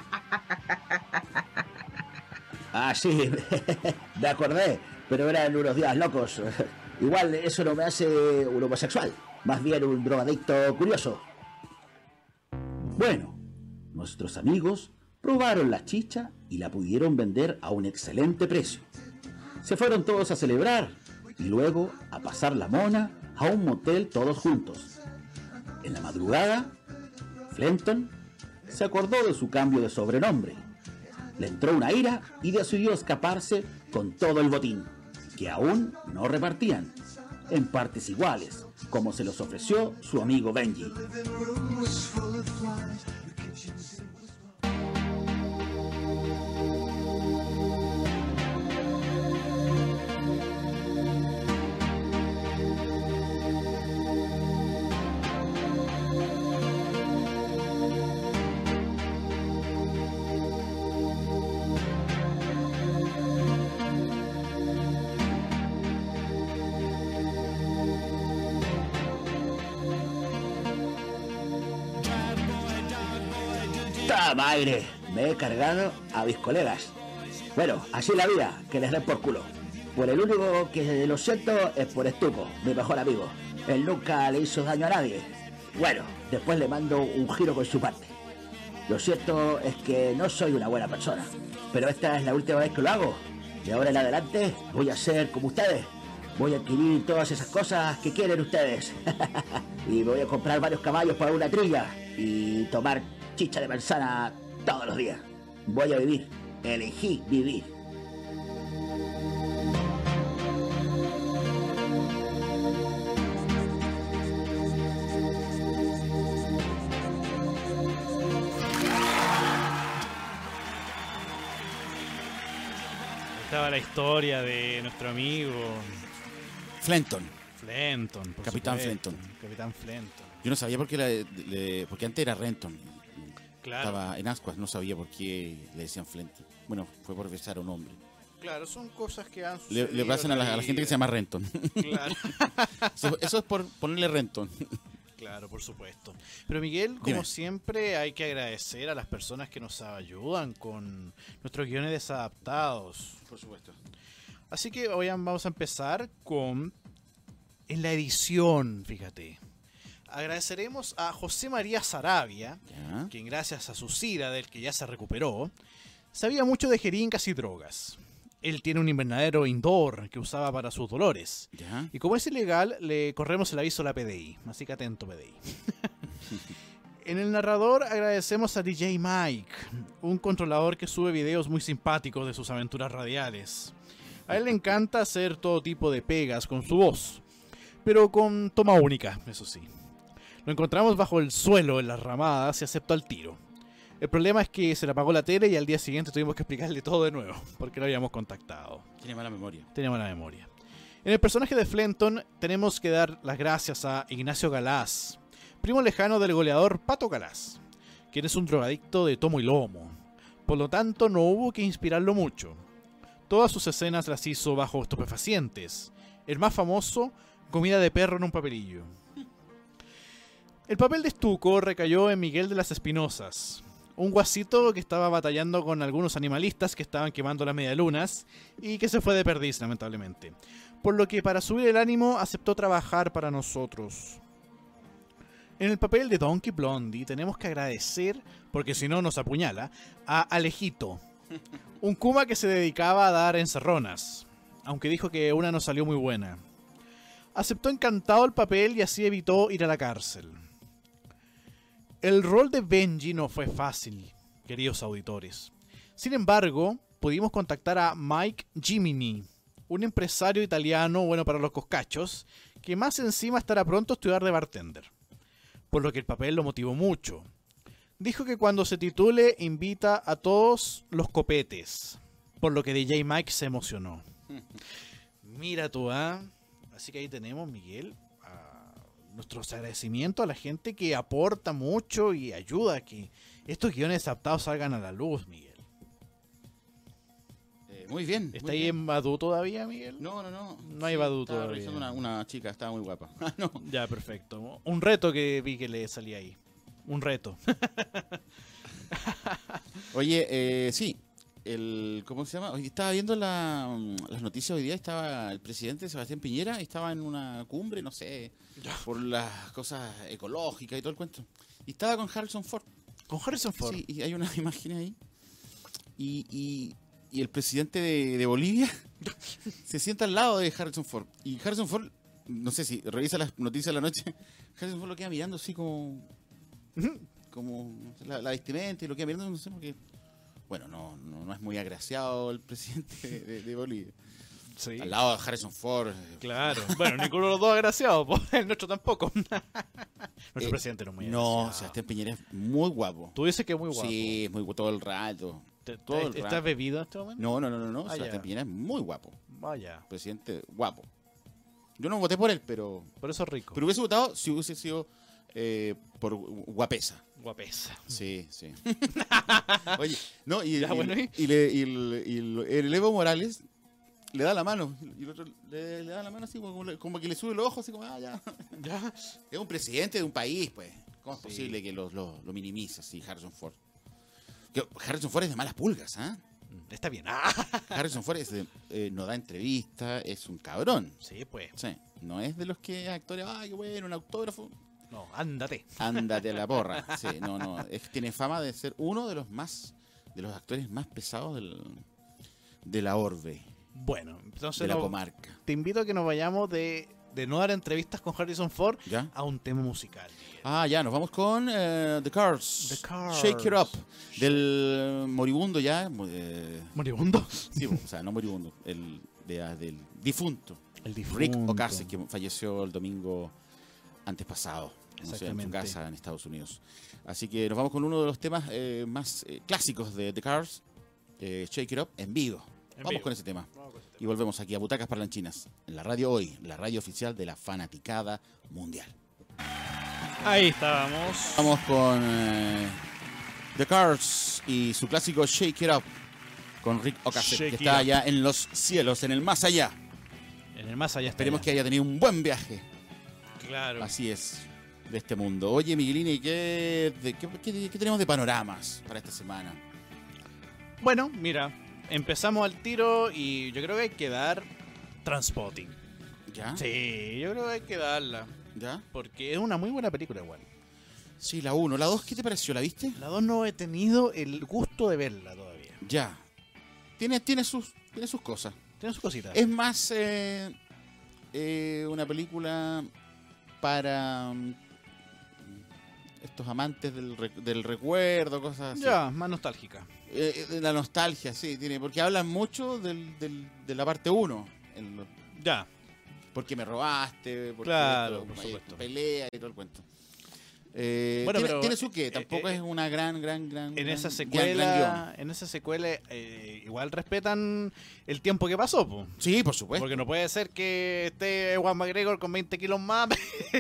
Ah, sí, me acordé, pero eran unos días locos. Igual eso no me hace un homosexual, más bien un drogadicto curioso. Bueno, nuestros amigos probaron la chicha y la pudieron vender a un excelente precio. Se fueron todos a celebrar y luego a pasar la mona a un motel todos juntos. En la madrugada, Flenton se acordó de su cambio de sobrenombre. Le entró una ira y decidió escaparse con todo el botín, que aún no repartían, en partes iguales, como se los ofreció su amigo Benji. ¡Toma aire! Me he cargado a mis colegas. Bueno, así la vida, que les den por culo. Por el único que lo siento es por Estuco, mi mejor amigo. Él nunca le hizo daño a nadie. Bueno, después le mando un giro por su parte. Lo cierto es que no soy una buena persona, pero esta es la última vez que lo hago. De ahora en adelante voy a ser como ustedes. Voy a adquirir todas esas cosas que quieren ustedes. Y voy a comprar varios caballos para una trilla y tomar chicha de manzana todos los días. Voy a vivir. Elegí vivir. Estaba la historia de nuestro amigo Flenton. Flenton, por Capitán supuesto. Flenton. Capitán Flenton. Yo no sabía por qué, la- le- porque antes era Renton. Claro. Estaba en Ascuas, no sabía por qué le decían Flenton. Bueno, fue por besar a un hombre. Claro, son cosas que han Le, sucedido. le pasan a en la, a la gente que se llama Renton. Claro. Eso, eso es por ponerle Renton. Claro, por supuesto. Pero Miguel, como Dime. siempre, hay que agradecer a las personas que nos ayudan con nuestros guiones desadaptados. Por supuesto. Así que hoy vamos a empezar con en la edición, fíjate. Agradeceremos a José María Sarabia, Ya. quien gracias a su SIDA, del que ya se recuperó, sabía mucho de jeringas y drogas. Él tiene un invernadero indoor que usaba para sus dolores. Ya. Y como es ilegal, le corremos el aviso a la P D I. Así que atento, P D I. En el narrador agradecemos a D J Mike, un controlador que sube videos muy simpáticos de sus aventuras radiales. A él le encanta hacer todo tipo de pegas con su voz, pero con toma única, eso sí. Lo encontramos bajo el suelo en las ramadas y aceptó al tiro. El problema es que se le apagó la tele y al día siguiente tuvimos que explicarle todo de nuevo, porque lo habíamos contactado. Tiene mala memoria. Tenía mala memoria. En el personaje de Flenton tenemos que dar las gracias a Ignacio Galás, primo lejano del goleador Pato Galás, quien es un drogadicto de tomo y lomo. Por lo tanto, no hubo que inspirarlo mucho. Todas sus escenas las hizo bajo estupefacientes. El más famoso, comida de perro en un papelillo. El papel de Estuco recayó en Miguel de las Espinosas, un guasito que estaba batallando con algunos animalistas que estaban quemando las medialunas y que se fue de perdiz, lamentablemente. Por lo que para subir el ánimo aceptó trabajar para nosotros. En el papel de Donkey Blondie tenemos que agradecer, porque si no nos apuñala, a Alejito, un Kuma que se dedicaba a dar encerronas, aunque dijo que una no salió muy buena. Aceptó encantado el papel y así evitó ir a la cárcel. El rol de Benji no fue fácil, queridos auditores. Sin embargo, pudimos contactar a Mike Gimini, un empresario italiano bueno para los coscachos, que más encima estará pronto a estudiar de bartender, por lo que el papel lo motivó mucho. Dijo que cuando se titule invita a todos los copetes, por lo que D J Mike se emocionó. Mira tú, ¿ah? Así que ahí tenemos, Miguel, uh, nuestros agradecimientos a la gente que aporta mucho y ayuda a que estos guiones adaptados salgan a la luz, Miguel. Eh, muy bien. ¿Está muy ahí bien. en Badoo todavía, Miguel? No, no, no. No hay Badoo estaba todavía. revisando Una, una chica, estaba muy guapa. Ah, no. Ya, perfecto. Un reto que vi que le salía ahí. Un reto. Oye, eh, sí. El, ¿Cómo se llama? Hoy estaba viendo la, las noticias hoy día. Estaba el presidente Sebastián Piñera. Estaba en una cumbre, no sé, por las cosas ecológicas y todo el cuento. Y estaba con Harrison Ford. Con Harrison Ford. Sí, y hay una imagen ahí. Y, y, y el presidente de, de Bolivia se sienta al lado de Harrison Ford. Y Harrison Ford, no sé si revisa las noticias de la noche, Harrison Ford lo queda mirando así como... como la, la vestimenta y lo queda mirando, no sé por qué. Bueno, no, no, no es muy agraciado el presidente de, de Bolivia. Sí. Al lado de Harrison Ford. Claro. Bueno, ninguno de los dos agraciado, pues, el nuestro tampoco. Nuestro Eh, presidente no es muy No, agraciado. Sebastián Piñera es muy guapo. Tú dices que es muy guapo. Sí, es muy guapo todo el rato. ¿Te- todo el te- ¿Estás rato. bebido en este momento? No, no, no, no, no. Ah, Sebastián ya. Piñera es muy guapo. Vaya, Presidente guapo. Yo no voté por él, pero por eso es rico. pero hubiese votado si hubiese sido eh, por guapesa. Guapesa. Sí, sí. Oye, no, y, Ya, y- bueno, ¿y? y le- y el, y el- el Evo Morales le da la mano. Y el otro le, le da la mano así, como, como que le sube los ojos, así como, ah, ya. Ya. Es un presidente de un país, pues. ¿Cómo es Sí. posible que lo, lo, lo minimice así, Harrison Ford? Que Harrison Ford es de malas pulgas, ¿ah? Está bien. Ah. Harrison Ford es de- eh, no da entrevista, es un cabrón. Sí, pues. Sí, no es de los que actores, ay, qué bueno, un autógrafo. No, ándate. Ándate a la porra. Sí, no, no. Es, tiene fama de ser uno de los más, de los actores más pesados del, de la orbe, Bueno, entonces de la no- comarca. te invito a que nos vayamos de, de no dar entrevistas con Harrison Ford ¿Ya? a un tema musical. Ah, ya, nos vamos con eh, The Cars. The Cars. Shake It Up. Del moribundo ya. eh, ¿Moribundo? sí, o sea, no moribundo. El, de- ah, del difunto. El difunto. Rick Ocasek, que falleció el domingo antes pasado. No sé, en su Exactamente. casa en Estados Unidos. Así que nos vamos con uno de los temas eh, más eh, clásicos de The Cars. eh, Shake It Up en vivo. En vamos vivo. con ese tema. Vamos con ese tema. Y volvemos aquí a Butacas Parlanchinas. En la radio hoy, la radio oficial de la fanaticada mundial. Ahí estábamos. Vamos con eh, The Cars y su clásico Shake It Up con Rick Ocasek, Shake que It está Up. allá en los cielos, en el más allá. En el más allá. está Esperemos allá. que haya tenido un buen viaje. Claro. Así es, de este mundo. Oye, Miguelini, ¿qué, de- qué, qué- qué tenemos de panoramas para esta semana? Bueno, mira, empezamos al tiro y yo creo que hay que dar Transpotting. ¿Ya? Sí, yo creo que hay que darla. ¿Ya? Porque es una muy buena película igual. Sí, la uno. ¿La dos qué te pareció? ¿La viste? La dos no he tenido el gusto de verla todavía. Ya. Tiene, tiene, sus, tiene sus cosas. Tiene sus cositas. Es más eh, eh, una película para mm, estos amantes del, re- del recuerdo, cosas así. Ya, más nostálgica. Eh, de la nostalgia, sí, tiene, porque hablan mucho del, del- de la parte uno. Ya. Porque me robaste, porque Claro, esto, por eh, supuesto. pelea y todo el cuento. Eh, Bueno, tiene, pero, tiene su qué, eh, tampoco eh, es una gran, gran, gran. En gran- esa gran- gran secuela, guión. en esa secuela eh, igual respetan el tiempo que pasó, po. Sí, por supuesto. Porque no puede ser que esté Juan McGregor con veinte kilos más,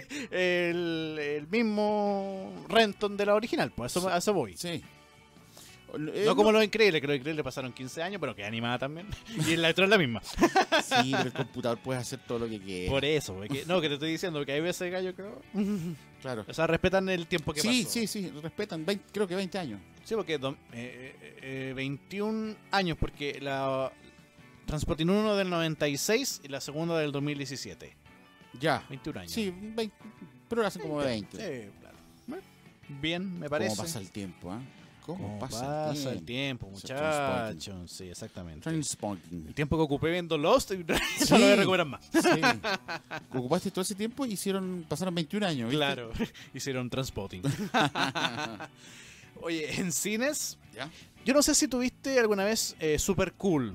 el, el mismo Renton de la original, pues a eso, Sí. a eso voy. Sí. Eh, No como Los Increíbles, que Los Increíbles pasaron quince años, pero que animada también. Y en la otra es la misma. Sí, pero el computador puede hacer todo lo que quiera. Por eso, porque, no, que te estoy diciendo que hay veces, gallo, creo. Claro. O sea, respetan el tiempo que Sí, pasó. sí, sí, respetan, veinte creo que veinte años. Sí, porque do- eh, eh, eh, veintiún años, porque la Transpotting uno del noventa y seis y la segunda del dos mil diecisiete. Ya. veintiún años. Sí, veinte, pero lo hacen como veinte. Sí, claro. Bien, me parece. ¿Cómo pasa el tiempo, ah? ¿Cómo, ¿Cómo pasa, pasa el el tiempo? tiempo, Ese Trainspotting. muchachos? Sí, exactamente. Trainspotting. El tiempo que ocupé viendo Lost, y no Sí. lo voy a recuperar más. Sí. Ocupaste todo ese tiempo y hicieron, pasaron veintiún años. ¿viste? Claro, hicieron Transpotting. Oye, en cines, ¿Ya? yo no sé si tuviste alguna vez eh, Super Cool.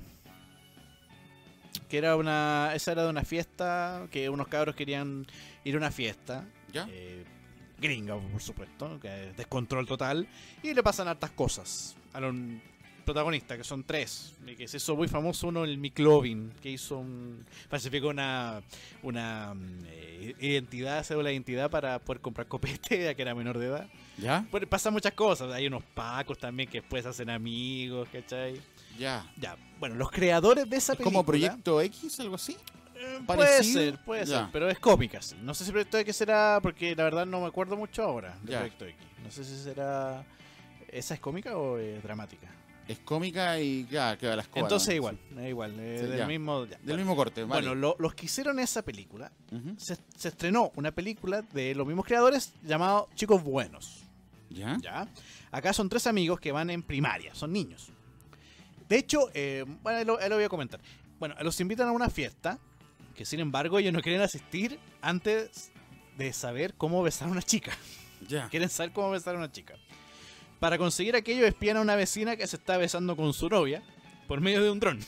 Que era una. Esa era de una fiesta. Que unos cabros querían ir a una fiesta. ¿Ya? eh, gringa, por supuesto. Que es descontrol total. Y le pasan hartas cosas a los protagonistas, que son tres. Y que se hizo muy famoso uno, el McLovin, que hizo un. falsificó una. Una eh, identidad, cédula de identidad para poder comprar copete, ya que era menor de edad. ¿Ya? Pues pasan muchas cosas. Hay unos pacos también que después hacen amigos, ¿cachai? Ya. Ya, bueno, los creadores de esa ¿Es película. como Proyecto X, algo así? eh, puede parecido? ser, puede Ya. ser, pero es cómica, sí. No sé si Proyecto X será, porque la verdad no me acuerdo mucho ahora de Ya. Proyecto X. No sé si será. ¿Esa es cómica o es dramática? Es cómica y ya, queda las cosas. Entonces igual, es igual, eh, Sí, del ya. mismo. ya. Del Bueno, mismo corte, vale. bueno, lo- los que hicieron esa película, Ujú. se, se estrenó una película de los mismos creadores llamado Chicos Buenos. ¿Ya? ¿Ya? Acá son tres amigos que van en primaria, son niños. De hecho, eh, bueno, ahí lo, ahí lo voy a comentar. Bueno, los invitan a una fiesta, que sin embargo ellos no quieren asistir antes de saber cómo besar a una chica. Ya. Quieren saber cómo besar a una chica. Para conseguir aquello, espían a una vecina que se está besando con su novia por medio de un dron.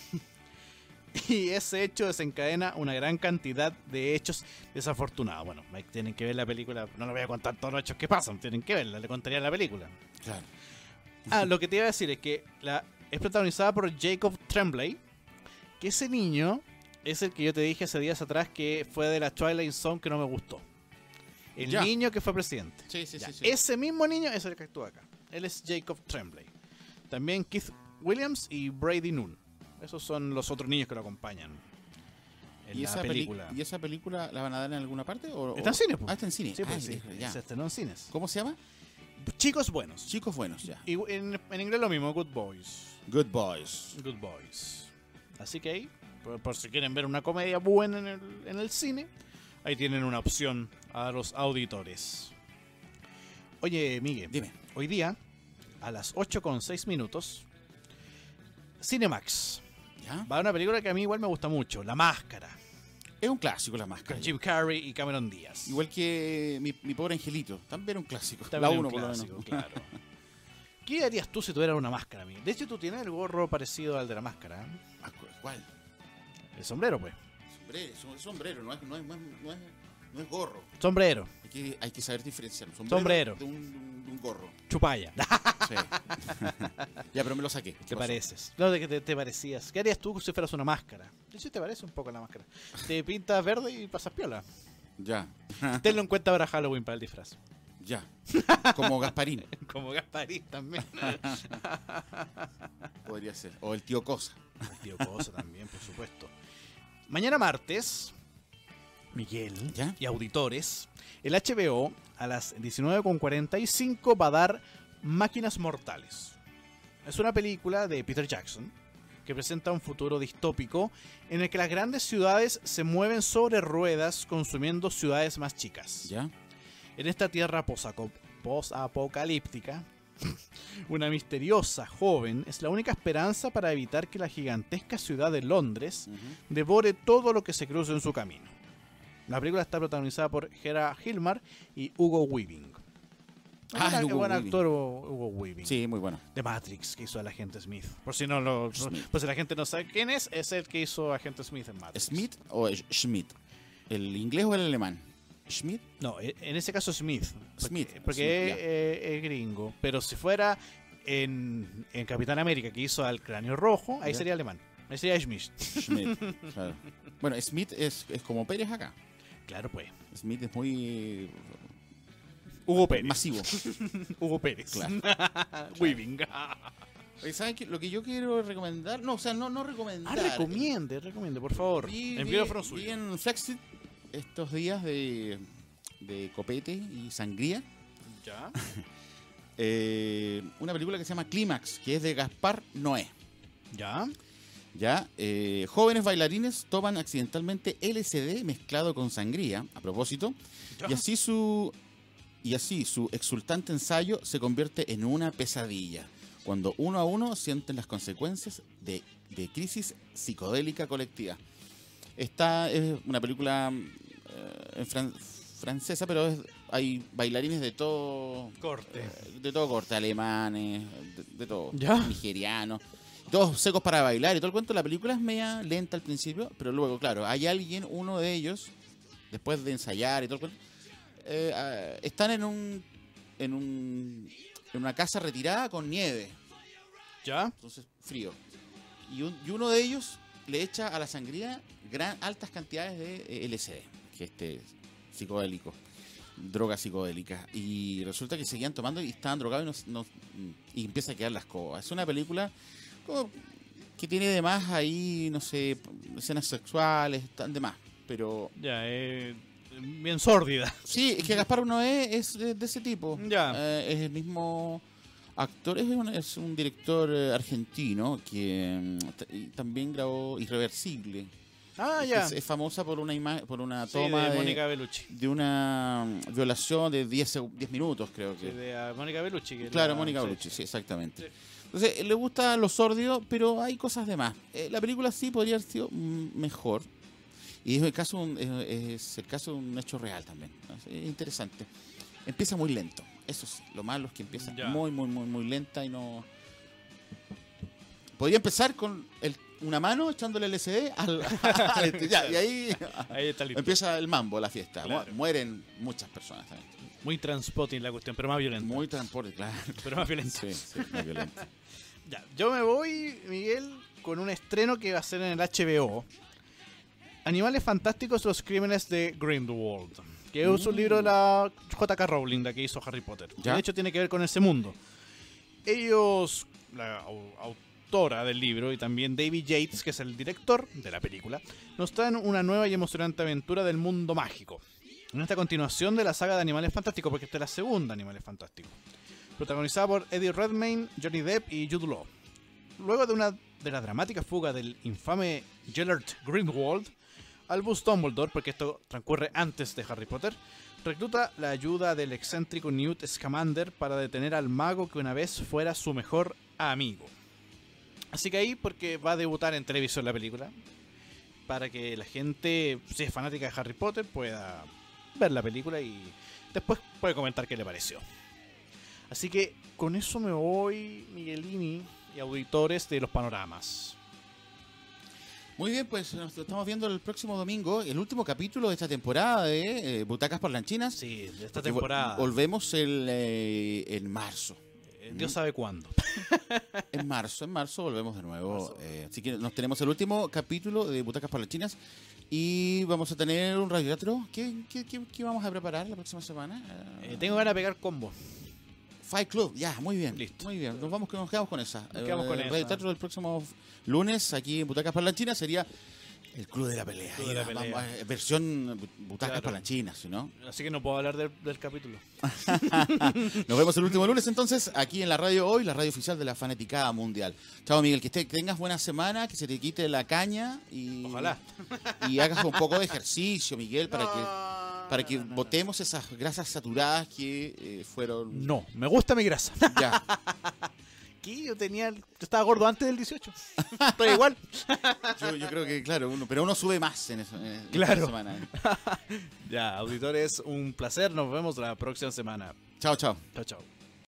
Y ese hecho desencadena una gran cantidad de hechos desafortunados. Bueno, ahí tienen que ver la película. No les voy a contar todos los hechos que pasan, tienen que verla, le contaría la película. Claro. Ah, lo que te iba a decir es que la, es protagonizada por Jacob Tremblay, que ese niño es el que yo te dije hace días atrás que fue de la Twilight Zone que no me gustó. El Ya. niño que fue presidente. Sí, sí, Ya, sí. sí. Ese mismo niño es el que actúa acá. Él es Jacob Tremblay. También Keith Williams y Brady Noon. Esos son los otros niños que lo acompañan en ¿Y la esa, peli- película. ¿Y esa película la van a dar en alguna parte? O, Está en o- cine, po. Ah, está en cine. Sí, Ah, pues, sí, ya. se estrenó en cines. ¿Cómo se llama? Chicos buenos. Chicos buenos, ya. Y en, en inglés lo mismo, Good Boys. Good Boys. Good Boys. Así que ahí, por, por si quieren ver una comedia buena en el, en el cine, ahí tienen una opción a los auditores. Oye, Miguel, Dime. hoy día, a las ocho con seis minutos, Cinemax ¿Ya? va a una película que a mí igual me gusta mucho, La Máscara, Es un clásico la máscara. con Jim Carrey y Cameron Díaz. Igual que mi, mi pobre angelito. También un clásico. También la un uno, por lo clásico, menos. claro. ¿Qué harías tú si tuvieras una máscara, Miguel? De hecho, tú tienes el gorro parecido al de la máscara, ¿eh? Ah, ¿cuál? El sombrero, pues. Sombrero, es sombrero, no es, no es, no es, no es, no es gorro. Sombrero, Hay que, hay que saber diferenciar. Un sombrero, Sombrero. De, un, de un gorro. chupalla. Sí. ya, pero me lo saqué. ¿Qué Te pasó? pareces. No, de que te, te parecías. ¿Qué harías tú si fueras una máscara? De hecho, te parece un poco la máscara. Te pintas verde y pasas piola. Ya, Tenlo en cuenta para Halloween, para el disfraz. ya. Como Gasparín, Como Gasparín también. podría ser. O el tío Cosa. El tío Cosa también, por supuesto. Mañana martes, Miguel ¿Ya? y auditores, el H B O a las diecinueve con cuarenta y cinco va a dar Máquinas Mortales. Es una película de Peter Jackson que presenta un futuro distópico en el que las grandes ciudades se mueven sobre ruedas consumiendo ciudades más chicas. ¿Ya? En esta tierra posaco- posapocalíptica, una misteriosa joven es la única esperanza para evitar que la gigantesca ciudad de Londres Ujú. devore todo lo que se cruce en su camino. La película está protagonizada por Hera Hilmar y Hugo Weaving. Ah, Buen- el Hugo buen Weaving. actor Hugo Weaving. Sí, muy bueno. De Matrix, que hizo al agente Smith. Por si no lo, Smith. por si la gente no sabe quién es, es el que hizo agente Smith en Matrix. ¿Smith o Sch- Schmidt? ¿El inglés o el alemán? ¿Schmidt? No, e- en ese caso Smith. Porque, Smith, porque Smith, es, ya. eh, es gringo. Pero si fuera en, en Capitán América, que hizo al Cráneo Rojo, ahí Ya. sería alemán. Ahí sería Schmidt. Schmidt, claro. Bueno, Smith es, es como Pérez acá. Claro, pues. Smith es muy Hugo Pérez. masivo. Hugo Pérez. Claro. Weaving. Oye, ¿saben qué? Lo que yo quiero recomendar? No, o sea, no, no Ah, recomendar. recomiende, recomiende, por favor. Vi, El vi- video fueron vi suyos. en Flexit estos días de, de copete y sangría. Ya. eh, una película que se llama Clímax, que es de Gaspar Noé. Ya. Ya, eh, jóvenes bailarines toman accidentalmente L S D mezclado con sangría, a propósito, Ya. y así su Y así su exultante ensayo se convierte en una pesadilla, cuando uno a uno sienten las consecuencias de, de crisis psicodélica colectiva. Esta es una película eh, en fran- francesa, pero es- hay bailarines de todo Corte. eh, de todo corte, alemanes, de, de todo, ¿Ya? nigerianos, todos secos para bailar y todo el cuento. La película es media lenta al principio, pero luego, claro, hay alguien, uno de ellos, después de ensayar y todo el cuento, eh, ah, están en un, en un en una casa retirada con nieve, ¿Ya? entonces frío. Y, un- y uno de ellos le echa a la sangría gran, altas cantidades de eh, L S D, que este psicodélico, droga psicodélica. Y resulta que seguían tomando y estaban drogados y, no, no- y empieza a quedar la escoba. Es una película como que tiene de más ahí, no sé, escenas sexuales, están de más. Pero Ya, eh, bien sórdida. sí, es que Gaspar Noé es de, de ese tipo. Ya. Eh, es el mismo actor, es un, es un director eh, argentino que mm, t- y también grabó Irreversible. Ah, Es- ya. Es, es famosa por una ima- por una Sí, toma de de, Mónica Bellucci. de una mm, violación de diez segu- diez minutos, creo Sí, que. de ah, Mónica Bellucci. que Claro, la- Mónica sí. Bellucci, sí, exactamente. Sí. Entonces, eh, le gusta lo sórdido, pero hay cosas de más. Eh, la película sí podría haber sido mm, mejor. Y es el caso un- es, es el caso de un hecho real también. ¿No? Es interesante. Empieza muy lento. Eso sí, lo malo es que empieza Ya. muy, muy, muy, muy lenta y no. Podría empezar con el- una mano echándole L S D al, al- ya, y ahí Ahí está listo. empieza el mambo, la fiesta. Mu- Claro. Mueren muchas personas también. Muy transpotting la cuestión, pero más violenta. Muy transporte, claro. Pero más violenta. Sí, sí, muy violento. Ya, yo me voy, Miguel, con un estreno que va a ser en el H B O. Animales Fantásticos, los crímenes de Grindelwald. Que es un Mm. libro de la J K. Rowling, la que hizo Harry Potter. Que Ya. de hecho tiene que ver con ese mundo. Ellos, la au- autora del libro y también David Yates, que es el director de la película, nos traen una nueva y emocionante aventura del mundo mágico. En esta continuación de la saga de Animales Fantásticos, porque esta es la segunda Animales Fantásticos. Protagonizada por Eddie Redmayne, Johnny Depp y Jude Law. Luego de una de la dramática fuga del infame Gellert Grindelwald, Albus Dumbledore, porque esto transcurre antes de Harry Potter, recluta la ayuda del excéntrico Newt Scamander para detener al mago que una vez fuera su mejor amigo. Así que ahí, porque va a debutar en televisión la película, para que la gente, si es fanática de Harry Potter, pueda ver la película y después puede comentar qué le pareció. Así que con eso me voy, Miguelini y auditores de los panoramas. Muy bien, pues nos estamos viendo el próximo domingo, el último capítulo de esta temporada de eh, Butacas Parlanchinas. Sí, de esta Porque vol- temporada. Volvemos el, eh, en marzo. Eh, Dios sabe cuándo. En marzo, en marzo volvemos de nuevo. Marzo. eh, así que nos tenemos el último capítulo de Butacas Parlanchinas y vamos a tener un radioteatro. ¿Qué, qué, qué, qué vamos a preparar la próxima semana? Eh, tengo ganas de pegar combo. Fight Club, ya, muy bien. Listo. Muy bien, nos, vamos, nos quedamos con esa. Nos quedamos con el esa. radioteatro del próximo lunes aquí en Butacas Parlanchinas sería el Club de la Pelea. Club de la Ahí va- Pelea. vamos, eh, versión Butacas Claro. Parlanchinas, ¿no? Así que no puedo hablar del, del capítulo. Nos vemos el último lunes entonces aquí en la radio hoy, la radio oficial de la Fanaticada Mundial. Chao Miguel, que, esté- que tengas buena semana, que se te quite la caña y, Ojalá. y hagas un poco de ejercicio, Miguel, para que para que no, no, no. botemos esas grasas saturadas que eh, fueron... No, me gusta mi grasa. Ya, ¿Qué? Yo tenía. Yo estaba gordo antes del dieciocho. Estoy igual. yo, yo creo que, claro, uno, pero uno sube más en, eso, en Claro. esta semana. Ya, auditores, un placer. Nos vemos la próxima semana. Chao, chao. Chao, chao.